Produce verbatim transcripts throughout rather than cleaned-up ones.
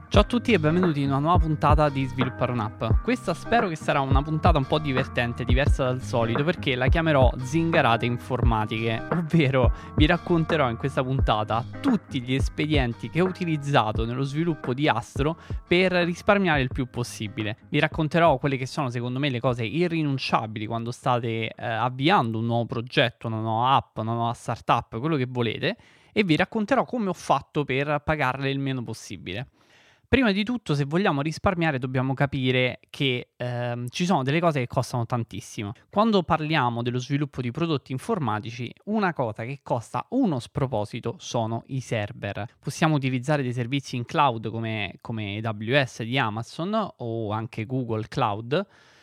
Ciao a tutti e benvenuti in una nuova puntata di Sviluppare un'app. Questa spero che sarà una puntata un po' divertente, diversa dal solito, perché la chiamerò Zingarate informatiche, ovvero vi racconterò in questa puntata tutti gli espedienti che ho utilizzato nello sviluppo di Astro per risparmiare il più possibile. Vi racconterò quelle che sono secondo me le cose irrinunciabili quando state eh, avviando un nuovo progetto, una nuova app, una nuova startup, quello che volete, e vi racconterò come ho fatto per pagarle il meno possibile. Prima di tutto, se vogliamo risparmiare, dobbiamo capire che ehm, ci sono delle cose che costano tantissimo. Quando parliamo dello sviluppo di prodotti informatici, una cosa che costa uno sproposito sono i server. Possiamo utilizzare dei servizi in cloud come, come A W S di Amazon o anche Google Cloud,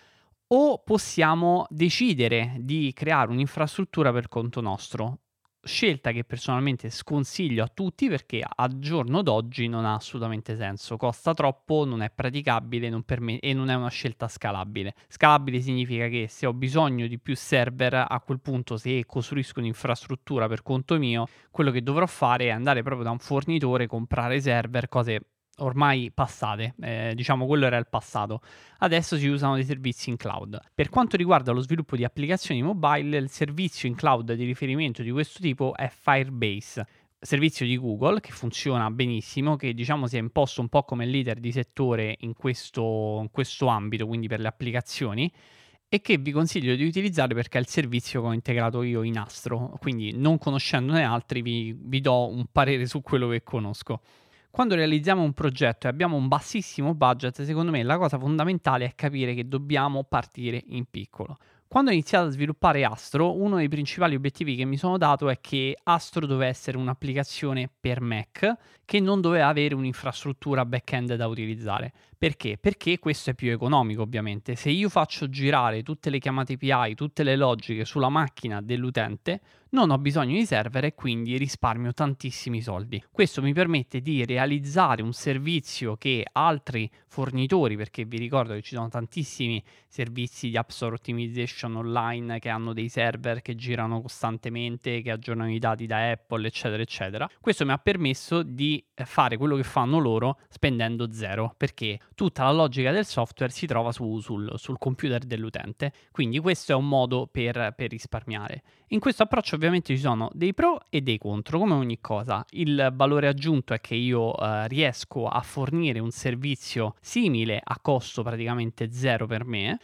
o possiamo decidere di creare un'infrastruttura per conto nostro. Scelta che personalmente sconsiglio a tutti perché al giorno d'oggi non ha assolutamente senso, costa troppo, non è praticabile non perme- e non è una scelta scalabile. Scalabile significa che se ho bisogno di più server, a quel punto se costruisco un'infrastruttura per conto mio, quello che dovrò fare è andare proprio da un fornitore, comprare server, cose ormai passate, eh, diciamo quello era il passato. Adesso si usano dei servizi in cloud. Per quanto riguarda lo sviluppo di applicazioni mobile, il servizio in cloud di riferimento di questo tipo è Firebase, servizio di Google che funziona benissimo, che diciamo si è imposto un po' come leader di settore in questo, in questo ambito, quindi per le applicazioni, e che vi consiglio di utilizzare perché è il servizio che ho integrato io in Astro, quindi non conoscendone altri vi, vi do un parere su quello che conosco. Quando realizziamo un progetto e abbiamo un bassissimo budget, secondo me la cosa fondamentale è capire che dobbiamo partire in piccolo. Quando ho iniziato a sviluppare Astro, uno dei principali obiettivi che mi sono dato è che Astro doveva essere un'applicazione per Mac che non doveva avere un'infrastruttura back-end da utilizzare. Perché? Perché questo è più economico, ovviamente. Se io faccio girare tutte le chiamate A P I, tutte le logiche sulla macchina dell'utente, non ho bisogno di server e quindi risparmio tantissimi soldi. Questo mi permette di realizzare un servizio che altri fornitori, perché vi ricordo che ci sono tantissimi servizi di App Store Optimization online che hanno dei server che girano costantemente, che aggiornano i dati da Apple, eccetera, eccetera. Questo mi ha permesso di fare quello che fanno loro spendendo zero, perché tutta la logica del software si trova su, sul, sul computer dell'utente. Quindi questo è un modo per, per risparmiare. In questo approccio ovviamente ci sono dei pro e dei contro, come ogni cosa. Il valore aggiunto è che io eh, riesco a fornire un servizio simile a costo praticamente zero per me.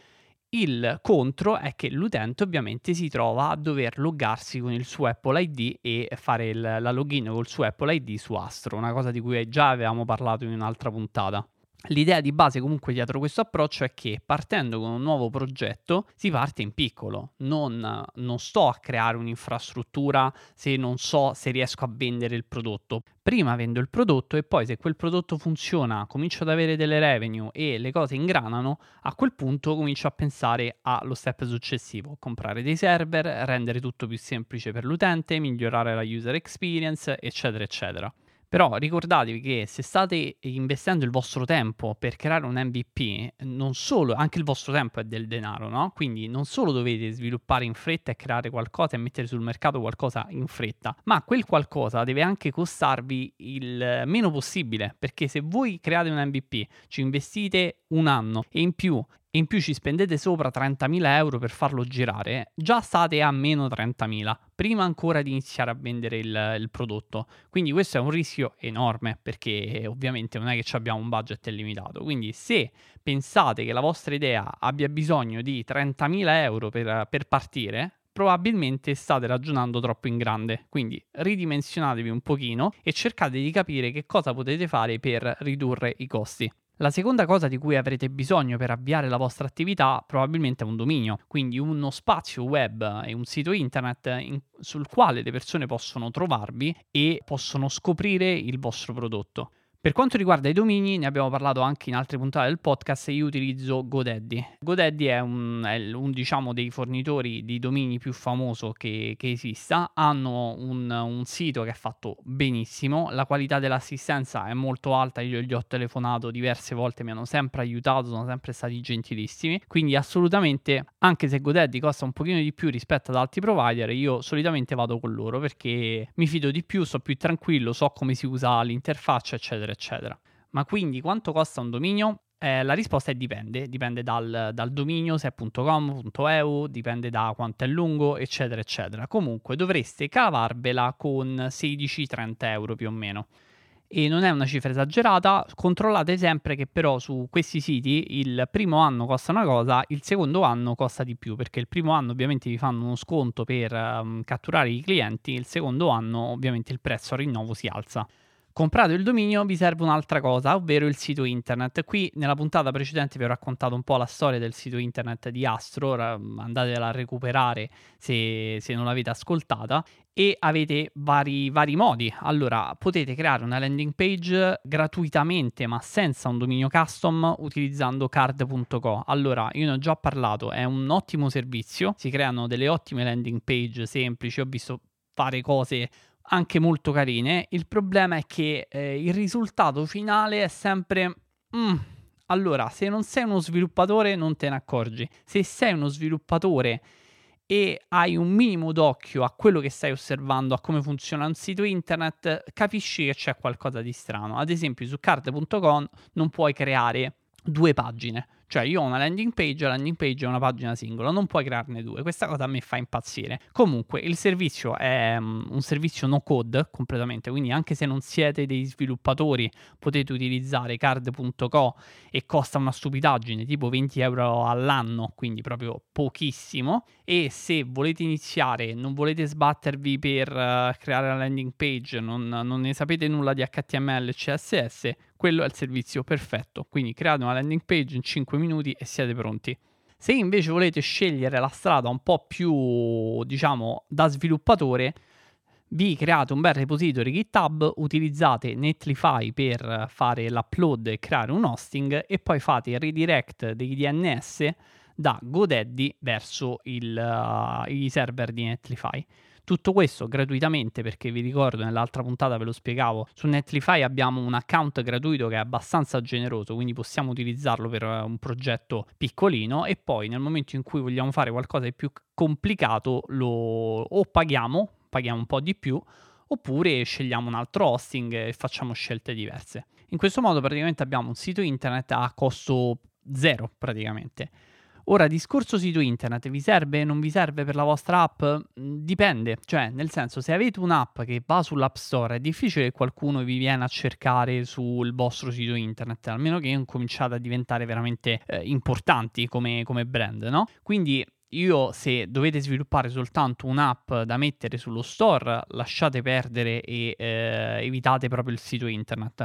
Il contro è che l'utente ovviamente si trova a dover loggarsi con il suo Apple I D e fare il, la login col suo Apple I D su Astro, una cosa di cui già avevamo parlato in un'altra puntata. L'idea di base comunque dietro questo approccio è che partendo con un nuovo progetto si parte in piccolo, non, non sto a creare un'infrastruttura se non so se riesco a vendere il prodotto. Prima vendo il prodotto e poi se quel prodotto funziona, comincio ad avere delle revenue e le cose ingranano, a quel punto comincio a pensare allo step successivo, comprare dei server, rendere tutto più semplice per l'utente, migliorare la user experience, eccetera, eccetera. Però ricordatevi che se state investendo il vostro tempo per creare un M V P, non solo, anche il vostro tempo è del denaro, no? Quindi non solo dovete sviluppare in fretta e creare qualcosa e mettere sul mercato qualcosa in fretta, ma quel qualcosa deve anche costarvi il meno possibile, perché se voi create un M V P, ci investite un anno e in più e in più ci spendete sopra trentamila euro per farlo girare, già state a meno trentamila, prima ancora di iniziare a vendere il, il prodotto. Quindi questo è un rischio enorme, perché ovviamente non è che abbiamo un budget illimitato. Quindi se pensate che la vostra idea abbia bisogno di trentamila euro per, per partire, probabilmente state ragionando troppo in grande, quindi ridimensionatevi un pochino e cercate di capire che cosa potete fare per ridurre i costi. La seconda cosa di cui avrete bisogno per avviare la vostra attività probabilmente è un dominio, quindi uno spazio web e un sito internet in- sul quale le persone possono trovarvi e possono scoprire il vostro prodotto. Per quanto riguarda i domini, ne abbiamo parlato anche in altre puntate del podcast, io utilizzo GoDaddy. GoDaddy è un, è un diciamo, dei fornitori di domini più famoso che, che esista, hanno un, un sito che è fatto benissimo, la qualità dell'assistenza è molto alta, io gli ho telefonato diverse volte, mi hanno sempre aiutato, sono sempre stati gentilissimi, quindi assolutamente, anche se GoDaddy costa un pochino di più rispetto ad altri provider, io solitamente vado con loro perché mi fido di più, sto più tranquillo, so come si usa l'interfaccia, eccetera eccetera. Ma quindi quanto costa un dominio? Eh, la risposta è dipende, dipende dal, dal dominio, se è .com, .eu, dipende da quanto è lungo, eccetera, eccetera. Comunque dovreste cavarvela con sedici trenta euro più o meno. E non è una cifra esagerata, controllate sempre che però su questi siti il primo anno costa una cosa, il secondo anno costa di più, perché il primo anno ovviamente vi fanno uno sconto per um, catturare i clienti, il secondo anno ovviamente il prezzo al rinnovo si alza. Comprato il dominio vi serve un'altra cosa, ovvero il sito internet. Qui nella puntata precedente vi ho raccontato un po' la storia del sito internet di Astro, ora andatela a recuperare se, se non l'avete ascoltata, e avete vari, vari modi. Allora, potete creare una landing page gratuitamente ma senza un dominio custom utilizzando card punto co. Allora, io ne ho già parlato, è un ottimo servizio, si creano delle ottime landing page semplici, ho visto fare cose anche molto carine. Il problema è che eh, il risultato finale è sempre mm. Allora, se non sei uno sviluppatore non te ne accorgi. Se sei uno sviluppatore e hai un minimo d'occhio a quello che stai osservando, a come funziona un sito internet, capisci che c'è qualcosa di strano. Ad esempio su card punto com non puoi creare due pagine. Cioè io ho una landing page, la landing page è una pagina singola, non puoi crearne due, questa cosa a me fa impazzire. Comunque il servizio è um, un servizio no code completamente, quindi anche se non siete dei sviluppatori potete utilizzare card punto co e costa una stupidaggine, tipo venti euro all'anno, quindi proprio pochissimo. E se volete iniziare, non volete sbattervi per uh, creare la landing page, non, non ne sapete nulla di H T M L e C S S, quello è il servizio perfetto. Quindi create una landing page in cinque minuti e siete pronti. Se invece volete scegliere la strada un po' più, diciamo, da sviluppatore, vi create un bel repository GitHub, utilizzate Netlify per fare l'upload e creare un hosting e poi fate il redirect dei D N S da GoDaddy verso il, uh, i server di Netlify. Tutto questo gratuitamente, perché vi ricordo nell'altra puntata ve lo spiegavo, su Netlify abbiamo un account gratuito che è abbastanza generoso, quindi possiamo utilizzarlo per un progetto piccolino e poi nel momento in cui vogliamo fare qualcosa di più complicato lo o paghiamo, paghiamo un po' di più, oppure scegliamo un altro hosting e facciamo scelte diverse. In questo modo praticamente abbiamo un sito internet a costo zero praticamente. Ora, discorso sito internet, vi serve? Non vi serve per la vostra app? Dipende, cioè nel senso se avete un'app che va sull'App Store è difficile che qualcuno vi viene a cercare sul vostro sito internet, almeno che non cominciate a diventare veramente eh, importanti come, come brand, no? Quindi io se dovete sviluppare soltanto un'app da mettere sullo store, lasciate perdere e eh, evitate proprio il sito internet.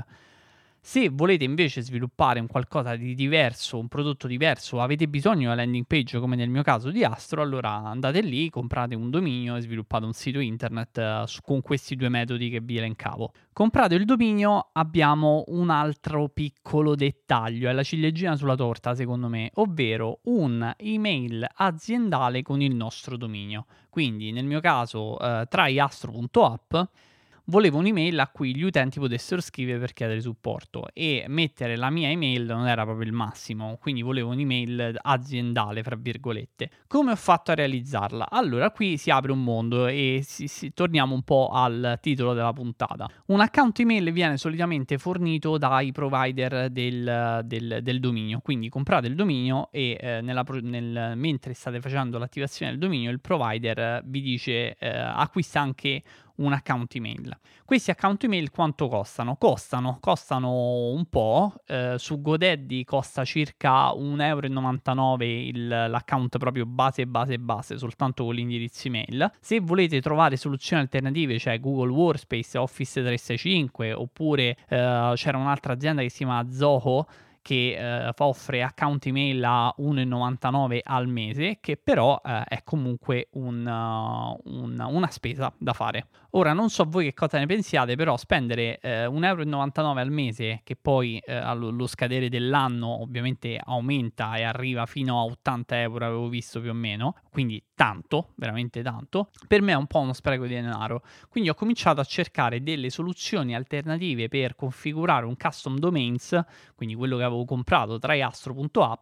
Se volete invece sviluppare un qualcosa di diverso, un prodotto diverso, avete bisogno di una landing page come nel mio caso di Astro, allora andate lì, comprate un dominio e sviluppate un sito internet eh, su, con questi due metodi che vi elencavo. Comprato il dominio abbiamo un altro piccolo dettaglio, è la ciliegina sulla torta secondo me, ovvero un'email aziendale con il nostro dominio. Quindi nel mio caso eh, tryastro punto app volevo un'email a cui gli utenti potessero scrivere per chiedere supporto e mettere la mia email non era proprio il massimo, quindi volevo un'email aziendale, fra virgolette. Come ho fatto a realizzarla? Allora, qui si apre un mondo e si, si, torniamo un po' al titolo della puntata. Un account email viene solitamente fornito dai provider del, del, del dominio, quindi comprate il dominio e eh, nella, nel, mentre state facendo l'attivazione del dominio il provider vi dice eh, acquista anche un account email. Questi account email quanto costano? Costano, costano un po', eh, su GoDaddy costa circa un euro e novantanove il, l'account proprio base base base, soltanto con l'indirizzo email. Se volete trovare soluzioni alternative, c'è Google Workspace, Office trecentosessantacinque, oppure eh, c'era un'altra azienda che si chiama Zoho, che eh, offre account email a uno euro e novantanove al mese, che però eh, è comunque un, uh, un, una spesa da fare. Ora non so voi che cosa ne pensiate, però spendere eh, un euro e novantanove al mese, che poi eh, allo scadere dell'anno ovviamente aumenta e arriva fino a ottanta euro, avevo visto più o meno, quindi tanto, veramente tanto, per me è un po' uno spreco di denaro. Quindi ho cominciato a cercare delle soluzioni alternative per configurare un custom domains, quindi quello che avevo comprato tryastro punto app,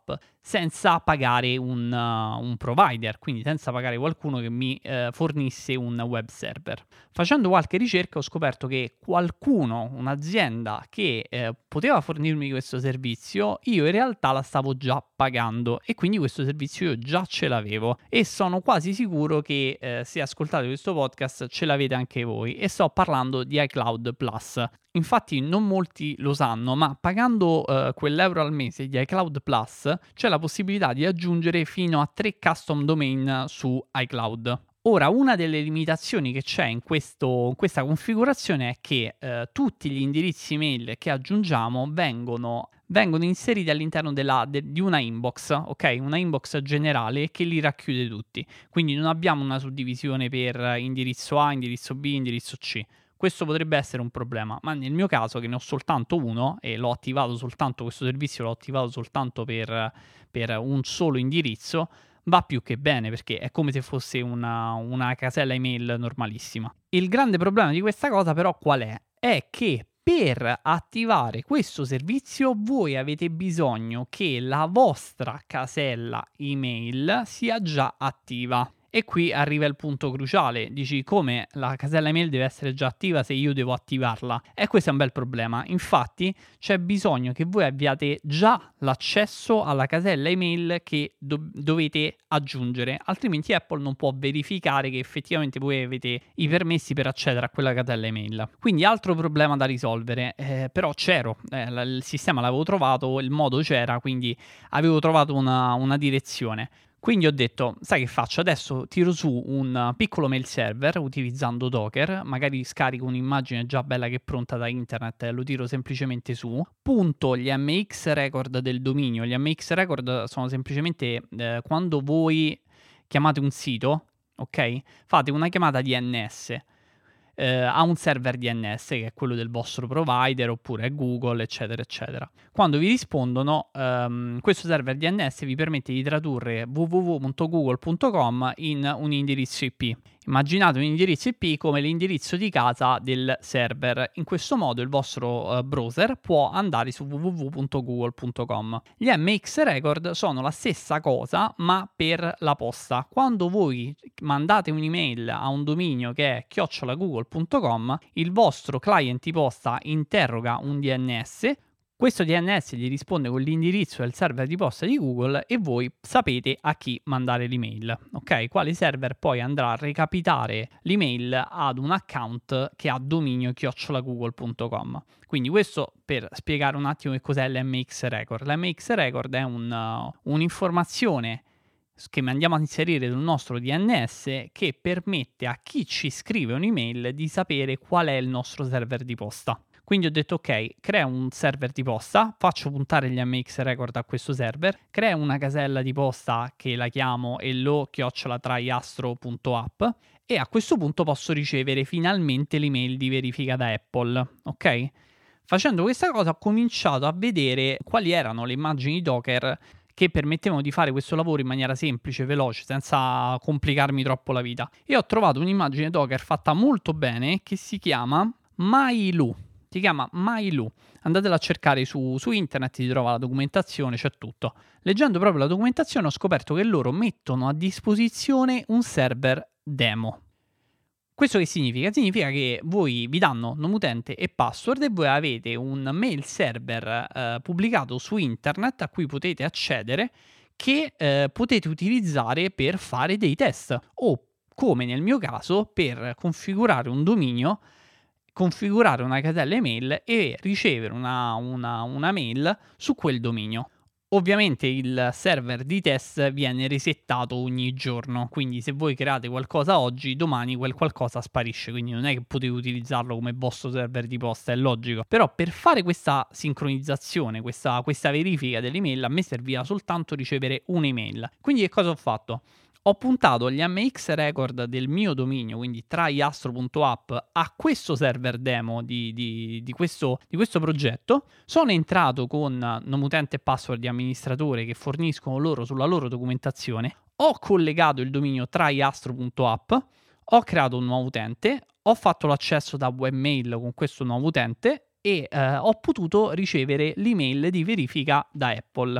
senza pagare un, uh, un provider, quindi senza pagare qualcuno che mi uh, fornisse un web server. Facendo qualche ricerca ho scoperto che qualcuno, un'azienda che uh, poteva fornirmi questo servizio, io in realtà la stavo già pagando e quindi questo servizio io già ce l'avevo e sono quasi sicuro che uh, se ascoltate questo podcast ce l'avete anche voi, e sto parlando di iCloud Plus. Infatti non molti lo sanno, ma pagando uh, quell'euro al mese di iCloud Plus c'è la possibilità di aggiungere fino a tre custom domain su iCloud. Ora, una delle limitazioni che c'è in, questo, in questa configurazione è che uh, tutti gli indirizzi mail che aggiungiamo vengono vengono inseriti all'interno della, de, di una inbox, ok? Una inbox generale che li racchiude tutti. Quindi non abbiamo una suddivisione per indirizzo A, indirizzo B, indirizzo C. Questo potrebbe essere un problema, ma nel mio caso, che ne ho soltanto uno e l'ho attivato soltanto, questo servizio l'ho attivato soltanto per, per un solo indirizzo, va più che bene, perché è come se fosse una, una casella email normalissima. Il grande problema di questa cosa però qual è? È che per attivare questo servizio voi avete bisogno che la vostra casella email sia già attiva. E qui arriva il punto cruciale. Dici, come la casella email deve essere già attiva se io devo attivarla? E questo è un bel problema. Infatti c'è bisogno che voi abbiate già l'accesso alla casella email che do- dovete aggiungere, altrimenti Apple non può verificare che effettivamente voi avete i permessi per accedere a quella casella email. Quindi altro problema da risolvere, eh, però c'ero, eh, l- il sistema l'avevo trovato, il modo c'era, quindi avevo trovato una, una direzione. Quindi ho detto, sai che faccio? Adesso tiro su un piccolo mail server utilizzando Docker, magari scarico un'immagine già bella che è pronta da internet e lo tiro semplicemente su, punto gli M X record del dominio. Gli M X record sono semplicemente eh, quando voi chiamate un sito, ok? Fate una chiamata D N S. Eh, a un server D N S che è quello del vostro provider oppure Google, eccetera eccetera. Quando vi rispondono, ehm, questo server D N S vi permette di tradurre w w w punto google punto com in un indirizzo I P. Immaginate un indirizzo I P come l'indirizzo di casa del server. In questo modo il vostro eh, browser può andare su w w w punto google punto com. Gli M X record sono la stessa cosa, ma per la posta. Quando voi mandate un'email a un dominio che è chiocciola google punto com, il vostro client di posta interroga un D N S. Questo D N S gli risponde con l'indirizzo del server di posta di Google e voi sapete a chi mandare l'email, ok? Quale server poi andrà a recapitare l'email ad un account che ha dominio chiocciola google punto com. Quindi questo per spiegare un attimo che cos'è l'M X record. L'M X record è un, uh, un'informazione che andiamo a inserire sul nostro D N S che permette a chi ci scrive un'email di sapere qual è il nostro server di posta. Quindi ho detto ok, crea un server di posta, faccio puntare gli M X record a questo server, crea una casella di posta che la chiamo hello chiocciola traiastro punto app e a questo punto posso ricevere finalmente l'email di verifica da Apple, ok? Facendo questa cosa ho cominciato a vedere quali erano le immagini Docker che permettevano di fare questo lavoro in maniera semplice, veloce, senza complicarmi troppo la vita. E ho trovato un'immagine Docker fatta molto bene che si chiama Mailu. Si chiama Mailu. Andatela a cercare su, su internet, si trova la documentazione, c'è tutto. Leggendo proprio la documentazione ho scoperto che loro mettono a disposizione un server demo. Questo che significa? Significa che voi vi danno nome utente e password e voi avete un mail server eh, pubblicato su internet a cui potete accedere che eh, potete utilizzare per fare dei test o, come nel mio caso, per configurare un dominio, configurare una casella email e ricevere una, una, una mail su quel dominio. Ovviamente il server di test viene resettato ogni giorno, quindi se voi create qualcosa oggi, domani quel qualcosa sparisce, quindi non è che potete utilizzarlo come vostro server di posta, è logico. Però per fare questa sincronizzazione, questa, questa verifica dell'email, a me serviva soltanto ricevere un'email. Quindi che cosa ho fatto? Ho puntato gli M X record del mio dominio, quindi traiastro punto app, a questo server demo di, di, di, questo, di questo progetto. Sono entrato con nome utente e password di amministratore che forniscono loro sulla loro documentazione. Ho collegato il dominio traiastro punto app, ho creato un nuovo utente, ho fatto l'accesso da webmail con questo nuovo utente e eh, ho potuto ricevere l'email di verifica da Apple.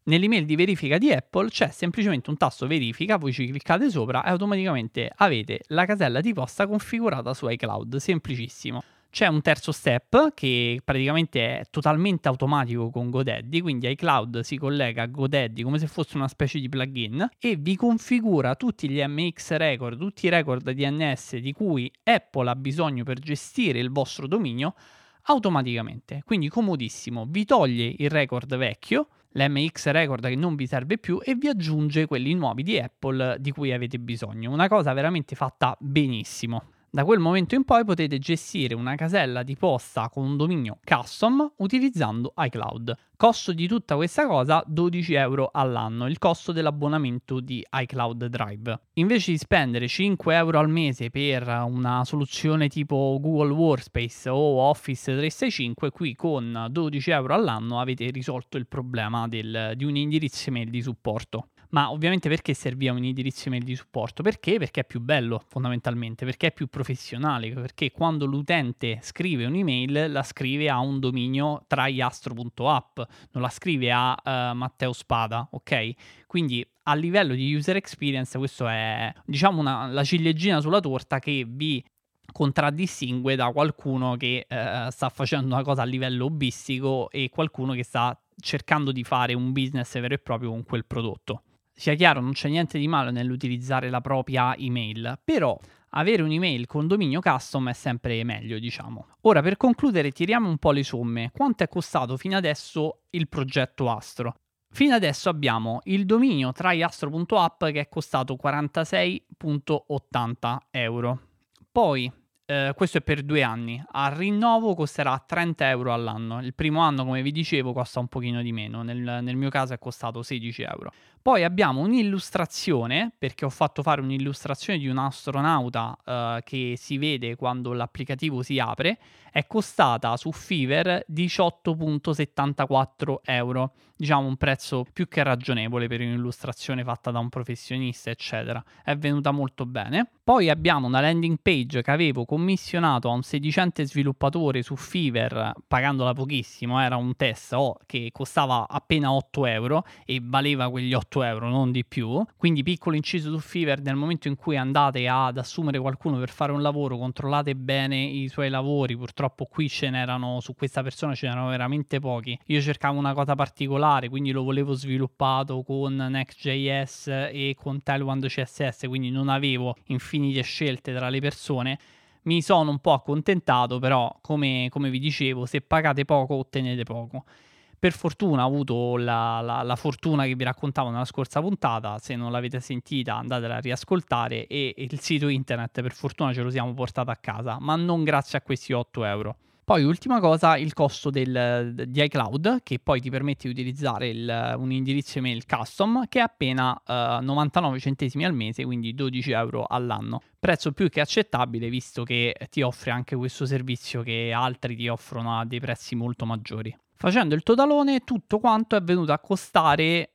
Nell'email di verifica di Apple c'è semplicemente un tasto verifica, voi ci cliccate sopra e automaticamente avete la casella di posta configurata su iCloud, semplicissimo. C'è un terzo step che praticamente è totalmente automatico con GoDaddy, quindi iCloud si collega a GoDaddy come se fosse una specie di plugin e vi configura tutti gli M X record, tutti i record D N S di cui Apple ha bisogno per gestire il vostro dominio automaticamente. Quindi comodissimo, vi toglie il record vecchio, l'M X record che non vi serve più e vi aggiunge quelli nuovi di Apple di cui avete bisogno. Una cosa veramente fatta benissimo. Da quel momento in poi potete gestire una casella di posta con un dominio custom utilizzando iCloud. Costo di tutta questa cosa dodici euro all'anno, il costo dell'abbonamento di iCloud Drive. Invece di spendere cinque euro al mese per una soluzione tipo Google Workspace o Office trecentosessantacinque, qui con dodici euro all'anno avete risolto il problema del, di un indirizzo email di supporto. Ma ovviamente perché serviva un indirizzo email di supporto? Perché? Perché è più bello, fondamentalmente, perché è più professionale, perché quando l'utente scrive un'email la scrive a un dominio traiastro punto app, non la scrive a uh, Matteo Spada, ok? Quindi a livello di user experience questo è, diciamo, una, la ciliegina sulla torta che vi contraddistingue da qualcuno che uh, sta facendo una cosa a livello hobbistico e qualcuno che sta cercando di fare un business vero e proprio con quel prodotto. Sia chiaro, non c'è niente di male nell'utilizzare la propria email, però avere un'email con dominio custom è sempre meglio, diciamo. Ora, per concludere, tiriamo un po' le somme. Quanto è costato fino adesso il progetto Astro? Fino adesso abbiamo il dominio traiastro punto app che è costato quarantasei virgola ottanta euro. Poi, eh, questo è per due anni, al rinnovo costerà trenta euro all'anno. Il primo anno, come vi dicevo, costa un pochino di meno, nel, nel mio caso è costato sedici euro. Poi abbiamo un'illustrazione, perché ho fatto fare un'illustrazione di un astronauta eh, che si vede quando l'applicativo si apre, è costata su Fiverr diciotto virgola settantaquattro euro, diciamo un prezzo più che ragionevole per un'illustrazione fatta da un professionista, eccetera. È venuta molto bene. Poi abbiamo una landing page che avevo commissionato a un sedicente sviluppatore su Fiverr, pagandola pochissimo, era un test oh, che costava appena otto euro e valeva quegli otto euro, non di più. Quindi piccolo inciso su Fiverr: nel momento in cui andate ad assumere qualcuno per fare un lavoro, controllate bene i suoi lavori. Purtroppo qui ce n'erano, su questa persona ce n'erano veramente pochi. Io cercavo una cosa particolare, quindi lo volevo sviluppato con Next.js e con Tailwind C S S, quindi non avevo infinite scelte tra le persone. Mi sono un po' accontentato, però come, come vi dicevo, se pagate poco ottenete poco. Per fortuna ho avuto la, la, la fortuna che vi raccontavo nella scorsa puntata. Se non l'avete sentita andatela a riascoltare, e il sito internet per fortuna ce lo siamo portato a casa, ma non grazie a questi otto euro. Poi ultima cosa, il costo del, di iCloud, che poi ti permette di utilizzare il, un indirizzo email custom, che è appena uh, novantanove centesimi al mese, quindi dodici euro all'anno. Prezzo più che accettabile, visto che ti offre anche questo servizio che altri ti offrono a dei prezzi molto maggiori. Facendo il totalone, tutto quanto è venuto a costare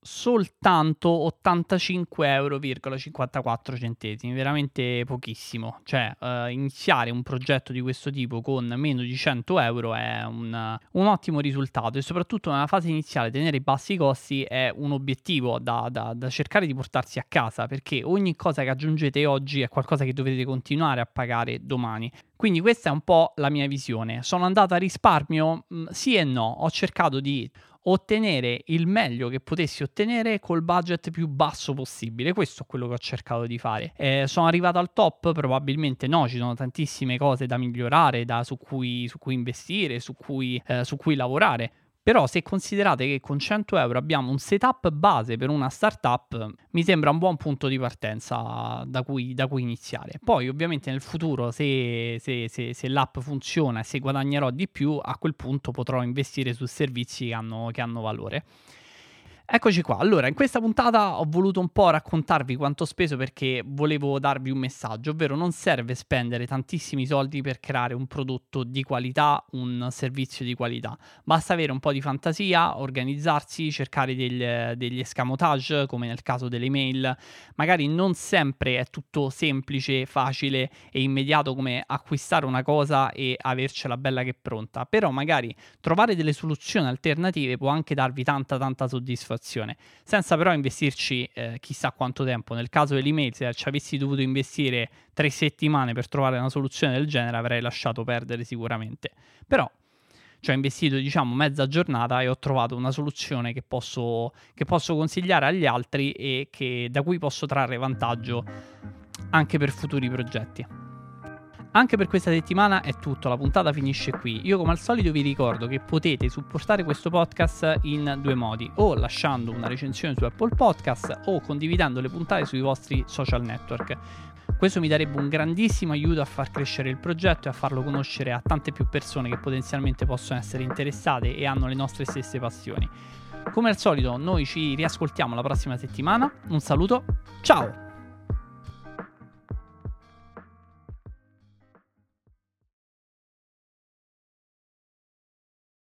soltanto ottantacinque euro virgola cinquantaquattro centesimi, veramente pochissimo. Cioè uh, iniziare un progetto di questo tipo con meno di cento euro è un, un ottimo risultato, e soprattutto nella fase iniziale tenere bassi costi è un obiettivo da, da, da cercare di portarsi a casa, perché ogni cosa che aggiungete oggi è qualcosa che dovete continuare a pagare domani. Quindi questa è un po' la mia visione. Sono andato a risparmio? Mm, sì e no. Ho cercato di ottenere il meglio che potessi ottenere col budget più basso possibile. Questo è quello che ho cercato di fare. Eh, sono arrivato al top? Probabilmente no, ci sono tantissime cose da migliorare, da, su, cui, su cui investire, su cui, eh, su cui lavorare. Però se considerate che con cento euro abbiamo un setup base per una startup, mi sembra un buon punto di partenza da cui, da cui iniziare. Poi ovviamente nel futuro, se, se, se, se l'app funziona e se guadagnerò di più, a quel punto potrò investire su servizi che hanno, che hanno valore. Eccoci qua. Allora, in questa puntata ho voluto un po' raccontarvi quanto ho speso, perché volevo darvi un messaggio, ovvero non serve spendere tantissimi soldi per creare un prodotto di qualità, un servizio di qualità. Basta avere un po' di fantasia, organizzarsi, cercare degli, degli escamotage, come nel caso delle email. Magari non sempre è tutto semplice, facile e immediato come acquistare una cosa e avercela bella che pronta, però magari trovare delle soluzioni alternative può anche darvi tanta tanta soddisfazione. situazione, senza però investirci eh, chissà quanto tempo. Nel caso dell'email, se ci avessi dovuto investire tre settimane per trovare una soluzione del genere, avrei lasciato perdere sicuramente. Però ci ho investito, diciamo, mezza giornata e ho trovato una soluzione che posso, che posso consigliare agli altri e che, da cui posso trarre vantaggio anche per futuri progetti. Anche per questa settimana è tutto, la puntata finisce qui. Io come al solito vi ricordo che potete supportare questo podcast in due modi: o lasciando una recensione su Apple Podcast o condividendo le puntate sui vostri social network. Questo mi darebbe un grandissimo aiuto a far crescere il progetto e a farlo conoscere a tante più persone che potenzialmente possono essere interessate e hanno le nostre stesse passioni. Come al solito, noi ci riascoltiamo la prossima settimana. Un saluto, ciao!